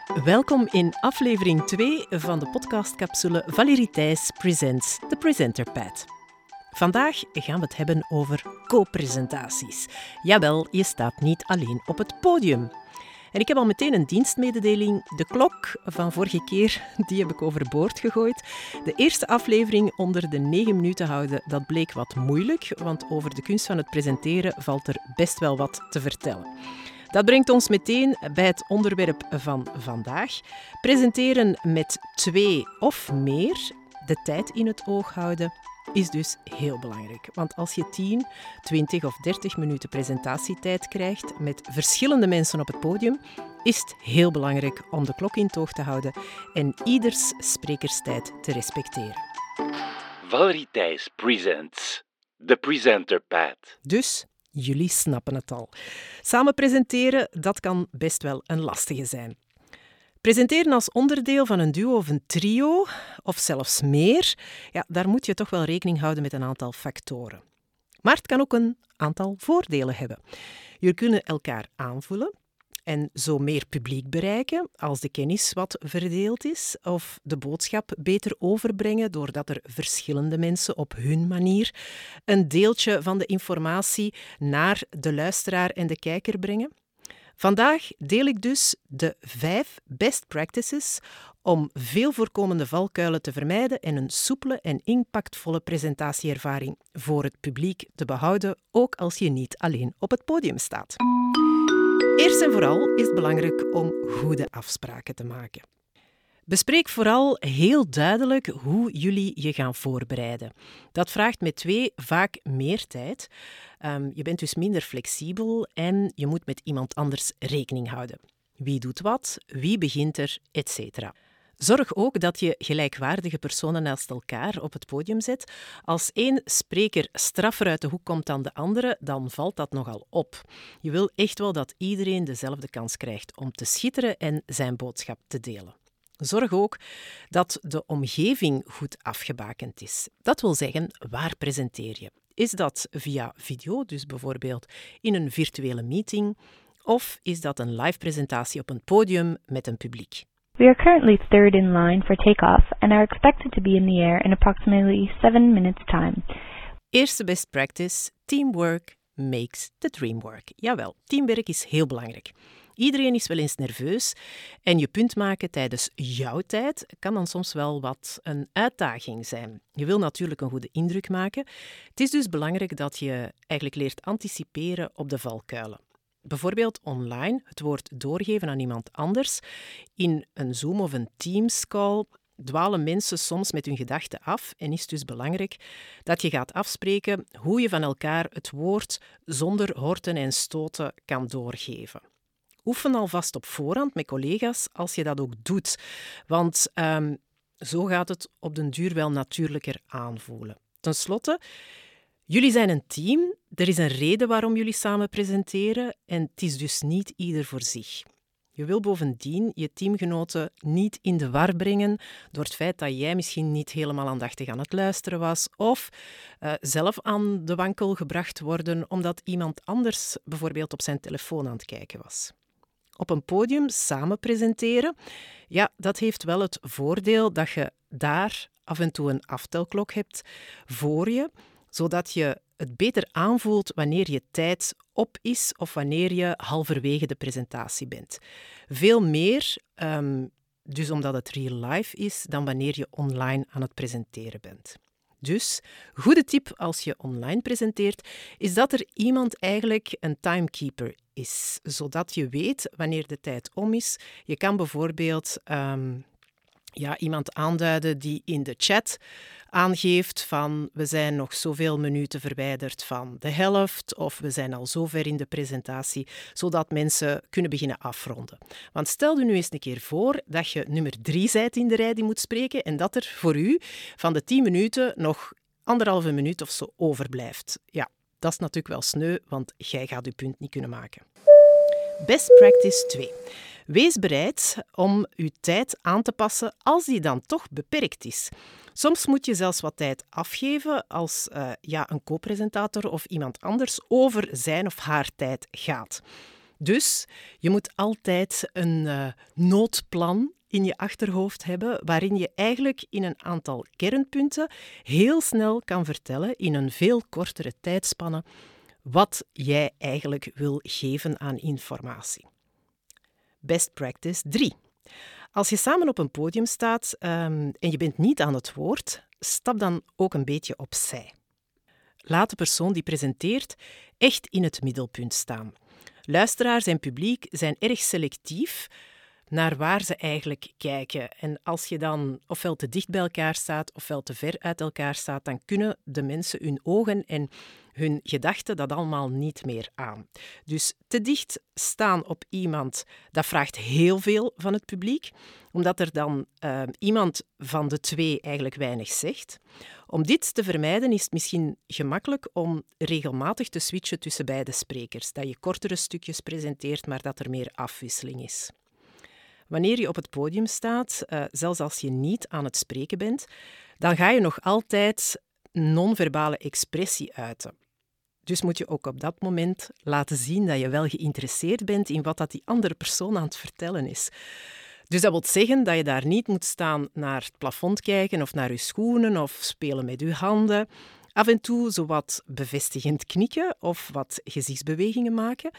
Welkom in aflevering 2 van de podcastcapsule Valérie Thijs Presents The Presenter Pad. Vandaag gaan we het hebben over co-presentaties. Jawel, je staat niet alleen op het podium. En ik heb al meteen een dienstmededeling. De klok van vorige keer, die heb ik overboord gegooid. De eerste aflevering onder de 9 minuten houden, dat bleek wat moeilijk, want over de kunst van het presenteren valt er best wel wat te vertellen. Dat brengt ons meteen bij het onderwerp van vandaag. Presenteren met 2 of meer, de tijd in het oog houden, is dus heel belangrijk. Want als je 10, 20 of 30 minuten presentatietijd krijgt met verschillende mensen op het podium, is het heel belangrijk om de klok in het oog te houden en ieders sprekerstijd te respecteren. Valérie Thijs presents The Presenter Pad. Dus, jullie snappen het al. Samen presenteren, dat kan best wel een lastige zijn. Presenteren als onderdeel van een duo of een trio, of zelfs meer, ja, daar moet je toch wel rekening houden met een aantal factoren. Maar het kan ook een aantal voordelen hebben. Jullie kunnen elkaar aanvullen en zo meer publiek bereiken als de kennis wat verdeeld is, of de boodschap beter overbrengen doordat er verschillende mensen op hun manier een deeltje van de informatie naar de luisteraar en de kijker brengen. Vandaag deel ik dus de 5 best practices om veel voorkomende valkuilen te vermijden en een soepele en impactvolle presentatieervaring voor het publiek te behouden, ook als je niet alleen op het podium staat. Eerst en vooral is het belangrijk om goede afspraken te maken. Bespreek vooral heel duidelijk hoe jullie je gaan voorbereiden. Dat vraagt met 2 vaak meer tijd. Je bent dus minder flexibel en je moet met iemand anders rekening houden. Wie doet wat, wie begint er, etc. Zorg ook dat je gelijkwaardige personen naast elkaar op het podium zet. Als één spreker straffer uit de hoek komt dan de andere, dan valt dat nogal op. Je wil echt wel dat iedereen dezelfde kans krijgt om te schitteren en zijn boodschap te delen. Zorg ook dat de omgeving goed afgebakend is. Dat wil zeggen, waar presenteer je? Is dat via video, dus bijvoorbeeld in een virtuele meeting, of is dat een live presentatie op een podium met een publiek? We are currently third in line for takeoff and are expected to be in the air in approximately 7 minutes time. Eerste best practice, teamwork makes the dream work. Jawel, teamwerk is heel belangrijk. Iedereen is wel eens nerveus en je punt maken tijdens jouw tijd kan dan soms wel wat een uitdaging zijn. Je wil natuurlijk een goede indruk maken. Het is dus belangrijk dat je eigenlijk leert anticiperen op de valkuilen. Bijvoorbeeld online het woord doorgeven aan iemand anders. In een Zoom of een Teams call dwalen mensen soms met hun gedachten af en is dus belangrijk dat je gaat afspreken hoe je van elkaar het woord zonder horten en stoten kan doorgeven. Oefen alvast op voorhand met collega's als je dat ook doet, want zo gaat het op den duur wel natuurlijker aanvoelen. Ten slotte, jullie zijn een team. Er is een reden waarom jullie samen presenteren en het is dus niet ieder voor zich. Je wil bovendien je teamgenoten niet in de war brengen door het feit dat jij misschien niet helemaal aandachtig aan het luisteren was of zelf aan de wankel gebracht worden omdat iemand anders bijvoorbeeld op zijn telefoon aan het kijken was. Op een podium samen presenteren, ja, dat heeft wel het voordeel dat je daar af en toe een aftelklok hebt voor je, zodat je het beter aanvoelt wanneer je tijd op is of wanneer je halverwege de presentatie bent. Veel meer, dus omdat het real life is, dan wanneer je online aan het presenteren bent. Dus, goede tip als je online presenteert, is dat er iemand eigenlijk een timekeeper is, zodat je weet wanneer de tijd om is. Je kan bijvoorbeeld iemand aanduiden die in de chat aangeeft van we zijn nog zoveel minuten verwijderd van de helft of we zijn al zo ver in de presentatie, zodat mensen kunnen beginnen afronden. Want stel je nu eens een keer voor dat je nummer 3 bent in de rij die moet spreken en dat er voor u van de 10 minuten nog 1,5 minuut of zo overblijft. Ja, dat is natuurlijk wel sneu, want jij gaat je punt niet kunnen maken. Best practice 2. Wees bereid om je tijd aan te passen als die dan toch beperkt is. Soms moet je zelfs wat tijd afgeven als een co-presentator of iemand anders over zijn of haar tijd gaat. Dus je moet altijd een noodplan in je achterhoofd hebben, waarin je eigenlijk in een aantal kernpunten heel snel kan vertellen, in een veel kortere tijdspanne, wat jij eigenlijk wil geven aan informatie. Best practice 3. Als je samen op een podium staat en je bent niet aan het woord, stap dan ook een beetje opzij. Laat de persoon die presenteert echt in het middelpunt staan. Luisteraars en publiek zijn erg selectief naar waar ze eigenlijk kijken. En als je dan ofwel te dicht bij elkaar staat, ofwel te ver uit elkaar staat, dan kunnen de mensen hun ogen en hun gedachten dat allemaal niet meer aan. Dus te dicht staan op iemand, dat vraagt heel veel van het publiek, omdat er dan iemand van de twee eigenlijk weinig zegt. Om dit te vermijden is het misschien gemakkelijk om regelmatig te switchen tussen beide sprekers. Dat je kortere stukjes presenteert, maar dat er meer afwisseling is. Wanneer je op het podium staat, zelfs als je niet aan het spreken bent, dan ga je nog altijd non-verbale expressie uiten. Dus moet je ook op dat moment laten zien dat je wel geïnteresseerd bent in wat dat die andere persoon aan het vertellen is. Dus dat wil zeggen dat je daar niet moet staan naar het plafond kijken of naar je schoenen of spelen met je handen. Af en toe zowat bevestigend knikken of wat gezichtsbewegingen maken.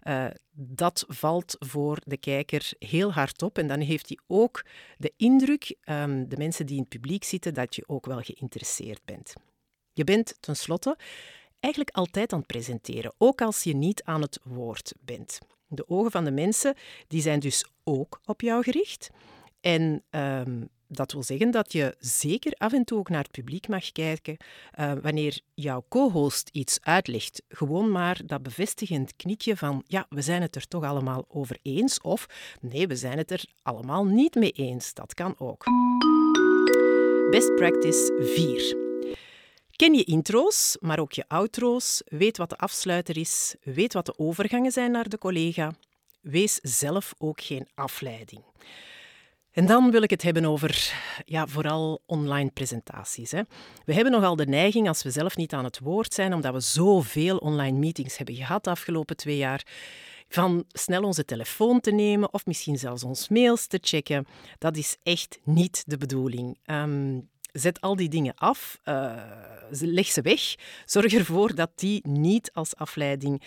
Dat valt voor de kijker heel hard op en dan heeft hij ook de indruk, de mensen die in het publiek zitten, dat je ook wel geïnteresseerd bent. Je bent tenslotte eigenlijk altijd aan het presenteren, ook als je niet aan het woord bent. De ogen van de mensen die zijn dus ook op jou gericht. En dat wil zeggen dat je zeker af en toe ook naar het publiek mag kijken wanneer jouw co-host iets uitlegt. Gewoon maar dat bevestigend knikje van ja, we zijn het er toch allemaal over eens of nee, we zijn het er allemaal niet mee eens. Dat kan ook. Best practice 4. Ken je intro's, maar ook je outro's. Weet wat de afsluiter is. Weet wat de overgangen zijn naar de collega. Wees zelf ook geen afleiding. En dan wil ik het hebben over vooral online presentaties. We hebben nogal de neiging, als we zelf niet aan het woord zijn, omdat we zoveel online meetings hebben gehad de afgelopen 2 jaar, van snel onze telefoon te nemen of misschien zelfs ons mails te checken. Dat is echt niet de bedoeling. Zet al die dingen af, leg ze weg. Zorg ervoor dat die niet als afleiding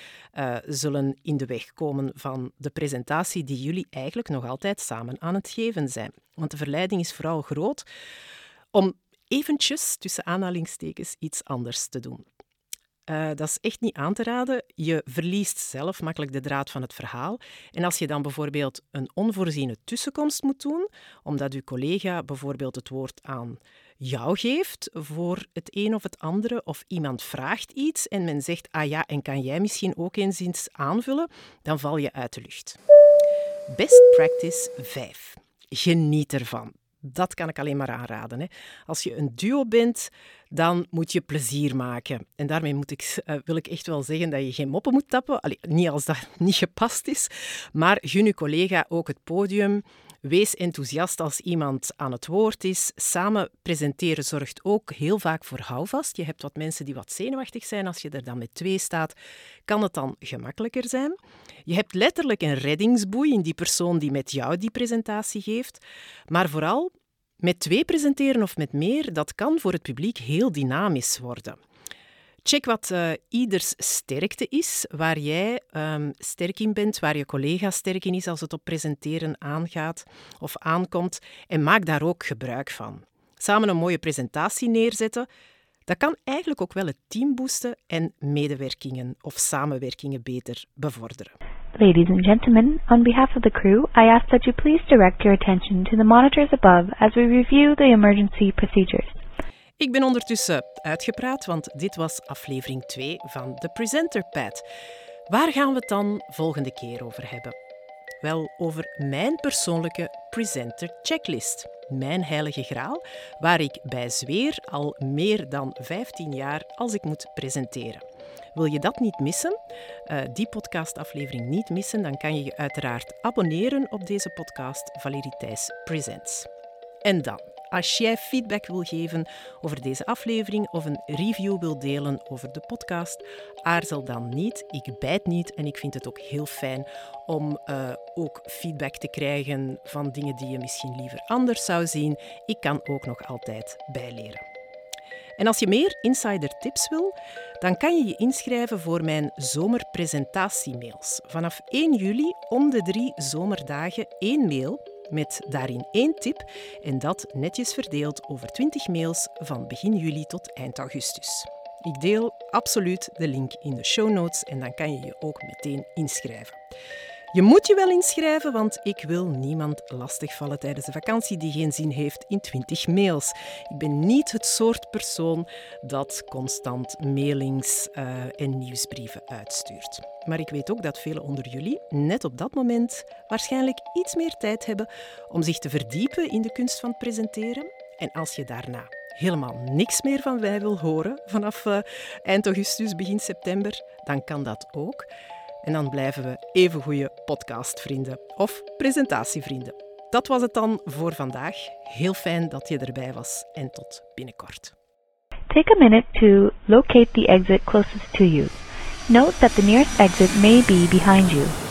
zullen in de weg komen van de presentatie die jullie eigenlijk nog altijd samen aan het geven zijn. Want de verleiding is vooral groot om eventjes, tussen aanhalingstekens, iets anders te doen. Dat is echt niet aan te raden. Je verliest zelf makkelijk de draad van het verhaal. En als je dan bijvoorbeeld een onvoorziene tussenkomst moet doen, omdat uw collega bijvoorbeeld het woord aan jou geeft voor het een of het andere, of iemand vraagt iets en men zegt, ah ja, en kan jij misschien ook eens iets aanvullen, dan val je uit de lucht. Best practice 5. Geniet ervan. Dat kan ik alleen maar aanraden. Hè. Als je een duo bent, dan moet je plezier maken. En daarmee wil ik echt wel zeggen dat je geen moppen moet tappen. Allee, niet als dat niet gepast is. Maar gun je collega ook het podium. Wees enthousiast als iemand aan het woord is. Samen presenteren zorgt ook heel vaak voor houvast. Je hebt wat mensen die wat zenuwachtig zijn. Als je er dan met 2 staat, kan het dan gemakkelijker zijn. Je hebt letterlijk een reddingsboei in die persoon die met jou die presentatie geeft. Maar vooral, met 2 presenteren of met meer, dat kan voor het publiek heel dynamisch worden. Check wat ieders sterkte is, waar jij sterk in bent, waar je collega sterk in is als het op presenteren aangaat of aankomt. En maak daar ook gebruik van. Samen een mooie presentatie neerzetten, dat kan eigenlijk ook wel het team boosten en medewerkingen of samenwerkingen beter bevorderen. Ladies and gentlemen, on behalf of the crew, I ask that you please direct your attention to the monitors above as we review the emergency procedures. Ik ben ondertussen uitgepraat, want dit was aflevering 2 van The Presenter Pad. Waar gaan we het dan volgende keer over hebben? Wel, over mijn persoonlijke presenter checklist. Mijn heilige graal, waar ik bij zweer al meer dan 15 jaar als ik moet presenteren. Wil je dat niet missen, die podcastaflevering niet missen, dan kan je je uiteraard abonneren op deze podcast Valerie Thijs Presents. En dan, Als jij feedback wil geven over deze aflevering of een review wil delen over de podcast, aarzel dan niet. Ik bijt niet en ik vind het ook heel fijn om ook feedback te krijgen van dingen die je misschien liever anders zou zien. Ik kan ook nog altijd bijleren. En als je meer insider tips wil, dan kan je je inschrijven voor mijn zomerpresentatiemails. Vanaf 1 juli om de 3 zomerdagen 1 mail met daarin 1 tip en dat netjes verdeeld over 20 mails van begin juli tot eind augustus. Ik deel absoluut de link in de show notes en dan kan je je ook meteen inschrijven. Je moet je wel inschrijven, want ik wil niemand lastigvallen tijdens de vakantie die geen zin heeft in 20 mails. Ik ben niet het soort persoon dat constant mailings en nieuwsbrieven uitstuurt. Maar ik weet ook dat velen onder jullie net op dat moment waarschijnlijk iets meer tijd hebben om zich te verdiepen in de kunst van presenteren. En als je daarna helemaal niks meer van mij wil horen vanaf eind augustus, begin september, dan kan dat ook. En dan blijven we even goede podcastvrienden of presentatievrienden. Dat was het dan voor vandaag. Heel fijn dat je erbij was en tot binnenkort. Take a minute to locate the exit closest to you. Note that the nearest exit may be behind you.